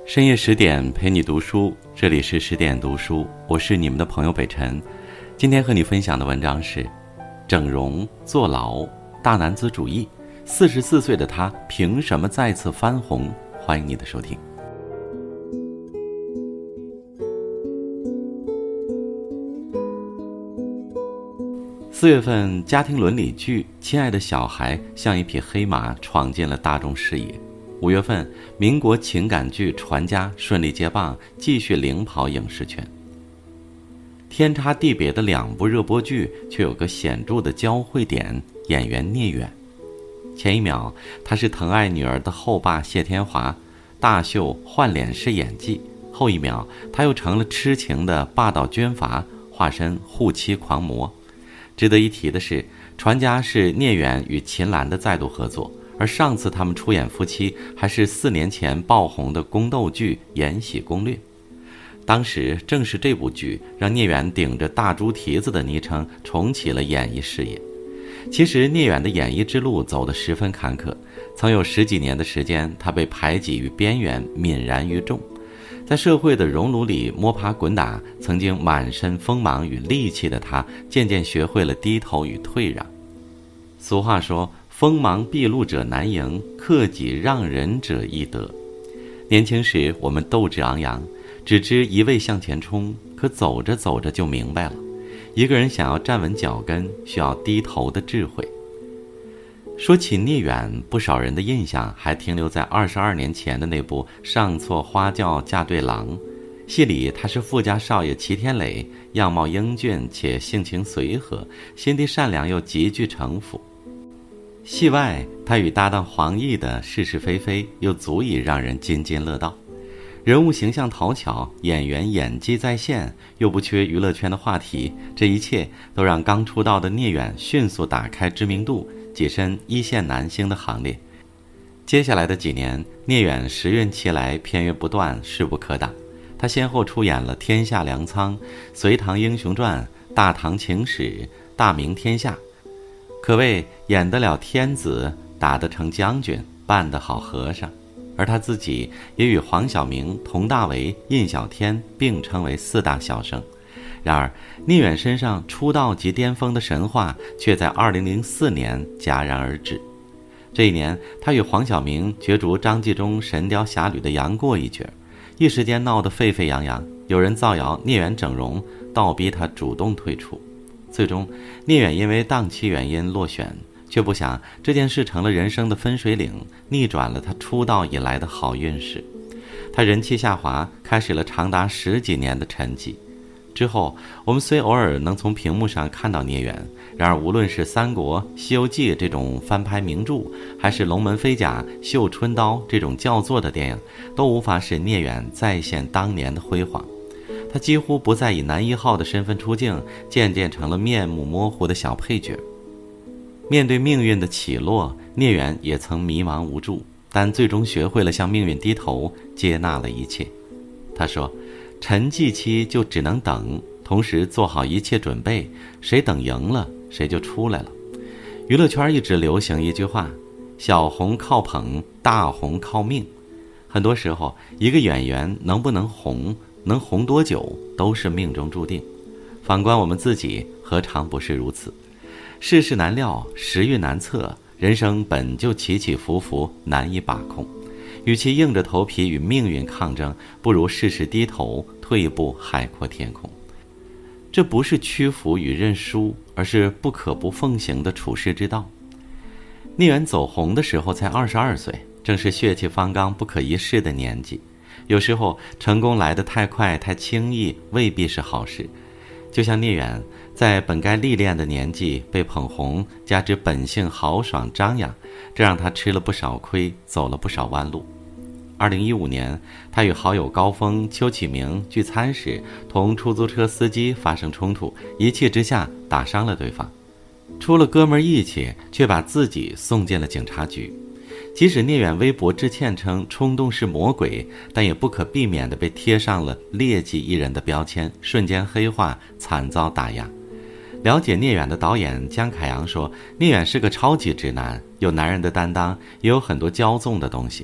深夜10点陪你读书，这里是10点读书，我是你们的朋友北辰。今天和你分享的文章是整容、坐牢、大男子主义，44岁的他凭什么再次翻红？欢迎你的收听。4月份家庭伦理剧《亲爱的小孩》像一匹黑马闯进了大众视野。5月份民国情感剧《传家》顺利接棒，继续领跑影视圈。天差地别的两部热播剧却有个显著的交汇点，演员聂远。前一秒他是疼爱女儿的后爸谢天华，大秀换脸式演技，后一秒他又成了痴情的霸道军阀，化身护妻狂魔。值得一提的是，《传家》是聂远与秦岚的再度合作，而上次他们出演夫妻还是4年前爆红的宫斗剧《延禧攻略》。当时正是这部剧让聂远顶着大猪蹄子的昵称重启了演艺事业。其实聂远的演艺之路走得十分坎坷，曾有10几年的时间，他被排挤于边缘，泯然于众。在社会的熔炉里摸爬滚打，曾经满身锋芒与戾气的他，渐渐学会了低头与退让。俗话说，锋芒毕露者难迎，克己让人者易得。年轻时我们斗志昂扬，只知一味向前冲，可走着走着就明白了，一个人想要站稳脚跟，需要低头的智慧。说起聂远，不少人的印象还停留在22年前的那部《上错花轿嫁对郎》，戏里他是富家少爷齐天磊，样貌英俊且性情随和，心地善良又极具城府。戏外他与搭档黄奕的是是非非又足以让人津津乐道，人物形象讨巧，演员演技在线，又不缺娱乐圈的话题，这一切都让刚出道的聂远迅速打开知名度，跻身一线男星的行列。接下来的几年，聂远时运其来，片约不断，势不可挡。他先后出演了《天下粮仓》《隋唐英雄传》《大唐情史》《大明天下》，可谓演得了天子，打得成将军，办得好和尚。而他自己也与黄晓明、佟大为、印小天并称为4大小生。然而聂远身上出道即巅峰的神话却在2004年戛然而止。这一年他与黄晓明角逐张纪中《神雕侠侣》的杨过一角，一时间闹得沸沸扬扬，有人造谣聂远整容，倒逼他主动退出。最终聂远因为档期原因落选，却不想这件事成了人生的分水岭，逆转了他出道以来的好运势。他人气下滑，开始了长达10几年的沉寂。之后我们虽偶尔能从屏幕上看到聂远，然而无论是《三国》《西游记》这种翻拍名著，还是《龙门飞甲》《绣春刀》这种叫座的电影，都无法使聂远再现当年的辉煌。他几乎不再以男1号的身份出镜，渐渐成了面目模糊的小配角。面对命运的起落，聂远也曾迷茫无助，但最终学会了向命运低头，接纳了一切。他说，沉寂期就只能等，同时做好一切准备，谁等赢了谁就出来了。娱乐圈一直流行一句话，小红靠捧，大红靠命。很多时候一个演员能不能红，能红多久，都是命中注定。反观我们自己，何尝不是如此？世事难料，时运难测，人生本就起起伏伏，难以把控。与其硬着头皮与命运抗争，不如适时低头，退一步海阔天空。这不是屈服与认输，而是不可不奉行的处世之道。聂远走红的时候才22岁，正是血气方刚不可一世的年纪。有时候成功来得太快太轻易，未必是好事。就像聂远在本该历练的年纪被捧红，加之本性豪爽张扬，这让他吃了不少亏，走了不少弯路。2015年，他与好友高峰、邱启明聚餐时，同出租车司机发生冲突，一气之下打伤了对方。出了哥们义气，却把自己送进了警察局。即使聂远微博致歉称冲动是魔鬼，但也不可避免地被贴上了劣迹艺人的标签，瞬间黑化，惨遭打压。了解聂远的导演姜凯阳说，聂远是个超级直男，有男人的担当，也有很多骄纵的东西。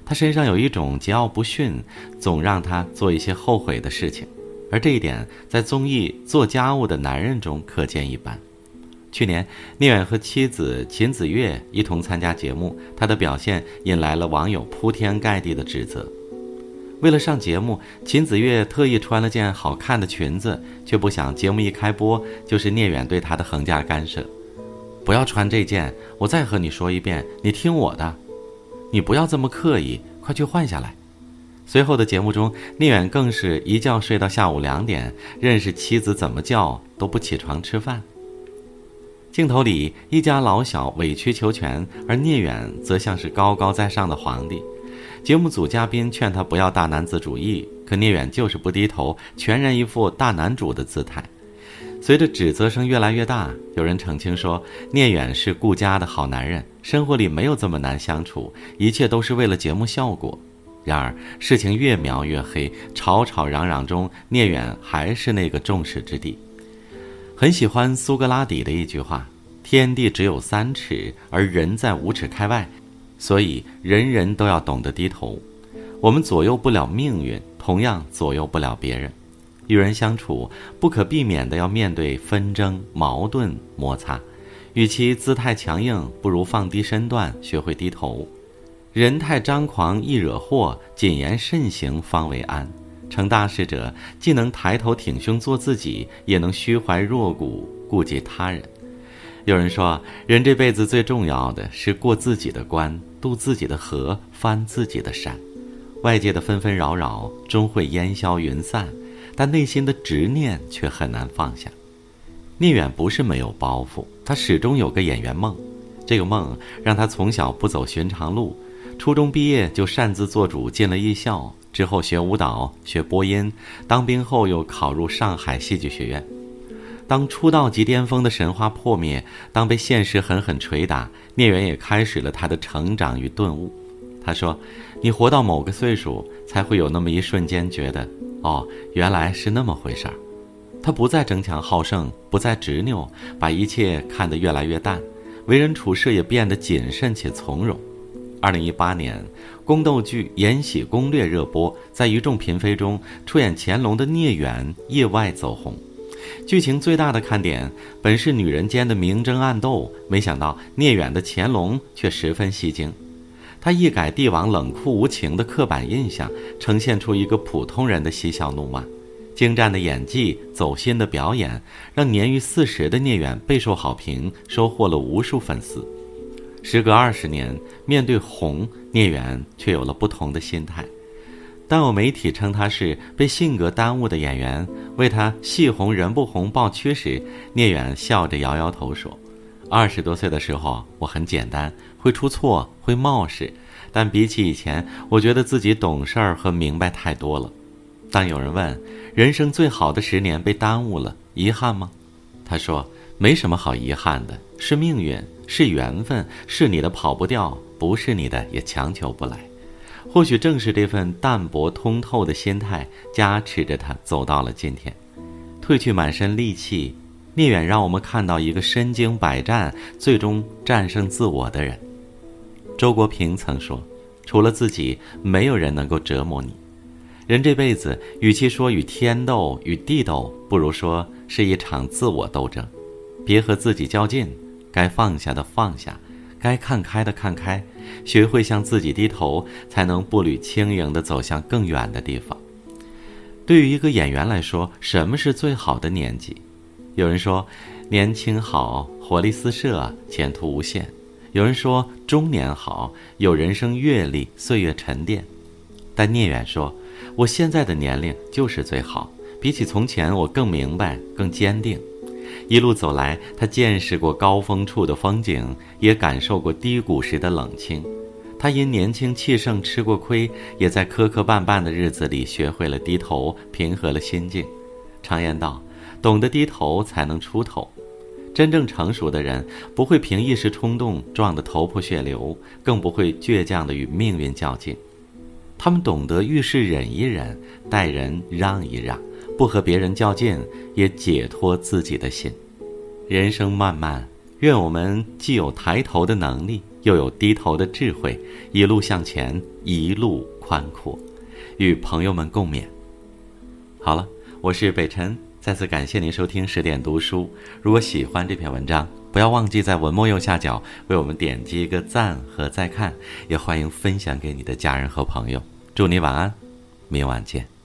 他身上有一种桀骜不驯，总让他做一些后悔的事情，而这一点在综艺《做家务的男人》中可见一斑。去年，聂远和妻子秦子月一同参加节目，他的表现引来了网友铺天盖地的指责。为了上节目，秦子月特意穿了件好看的裙子，却不想节目一开播，就是聂远对她的横加干涉。不要穿这件，我再和你说一遍，你听我的。你不要这么刻意，快去换下来。随后的节目中，聂远更是一觉睡到下午2点，认识妻子怎么叫都不起床吃饭。镜头里，一家老小委曲求全，而聂远则像是高高在上的皇帝。节目组嘉宾劝他不要大男子主义，可聂远就是不低头，全然一副大男主的姿态。随着指责声越来越大，有人澄清说，聂远是顾家的好男人，生活里没有这么难相处，一切都是为了节目效果。然而事情越描越黑，吵吵嚷嚷中，聂远还是那个众矢之的。很喜欢苏格拉底的一句话，天地只有3尺，而人在5尺开外，所以人人都要懂得低头。我们左右不了命运，同样左右不了别人。与人相处，不可避免地要面对纷争、矛盾、摩擦。与其姿态强硬，不如放低身段，学会低头。人太张狂易惹祸，谨言慎行方为安。成大事者，既能抬头挺胸做自己，也能虚怀若谷，顾及他人。有人说，人这辈子最重要的是过自己的关，渡自己的河，翻自己的山。外界的纷纷扰扰终会烟消云散，但内心的执念却很难放下。聂远不是没有包袱，他始终有个演员梦。这个梦让他从小不走寻常路，初中毕业就擅自做主进了艺校，之后学舞蹈、学播音，当兵后又考入上海戏剧学院。当出道即巅峰的神话破灭，当被现实狠狠捶打，聂远也开始了他的成长与顿悟。他说，你活到某个岁数，才会有那么一瞬间觉得，原来是那么回事儿。他不再争强好胜，不再执拗，把一切看得越来越淡，为人处事也变得谨慎且从容。2018年，宫斗剧《延禧攻略》热播，在一众嫔妃中，出演乾隆的聂远意外走红。剧情最大的看点本是女人间的明争暗斗，没想到聂远的乾隆却十分戏精。他一改帝王冷酷无情的刻板印象，呈现出一个普通人的嬉笑怒骂。精湛的演技，走心的表演，让年逾40的聂远备受好评，收获了无数粉丝。时隔20年，面对红，聂远却有了不同的心态。当有媒体称他是被性格耽误的演员，为他戏红人不红抱屈时，聂远笑着摇摇头说，20多岁的时候，我很简单，会出错，会冒失，但比起以前，我觉得自己懂事儿和明白太多了。当有人问，人生最好的10年被耽误了，遗憾吗？他说，没什么好遗憾的，是命运，是缘分，是你的跑不掉，不是你的也强求不来。或许正是这份淡泊通透的心态，加持着他走到了今天。褪去满身戾气，聂远让我们看到一个身经百战，最终战胜自我的人。周国平曾说，除了自己，没有人能够折磨你。人这辈子，与其说与天斗与地斗，不如说是一场自我斗争。别和自己较劲，该放下的放下，该看开的看开，学会向自己低头，才能步履轻盈地走向更远的地方。对于一个演员来说，什么是最好的年纪？有人说年轻好，活力四射，前途无限。有人说中年好，有人生阅历，岁月沉淀。但聂远说，我现在的年龄就是最好，比起从前我更明白，更坚定。一路走来，他见识过高峰处的风景，也感受过低谷时的冷清。他因年轻气盛吃过亏，也在磕磕绊绊的日子里学会了低头，平和了心境。常言道，懂得低头才能出头。真正成熟的人，不会凭一时冲动撞得头破血流，更不会倔强地与命运较劲。他们懂得遇事忍一忍，待人让一让，不和别人较劲，也解脱自己的心。人生漫漫，愿我们既有抬头的能力， 又有低头的智慧，一路向前，一路宽阔，与朋友们共勉。好了，我是北辰，再次感谢您收听10点读书。如果喜欢这篇文章，不要忘记在文末右下角为我们点击一个赞和再看，也欢迎分享给你的家人和朋友。祝你晚安，明晚见。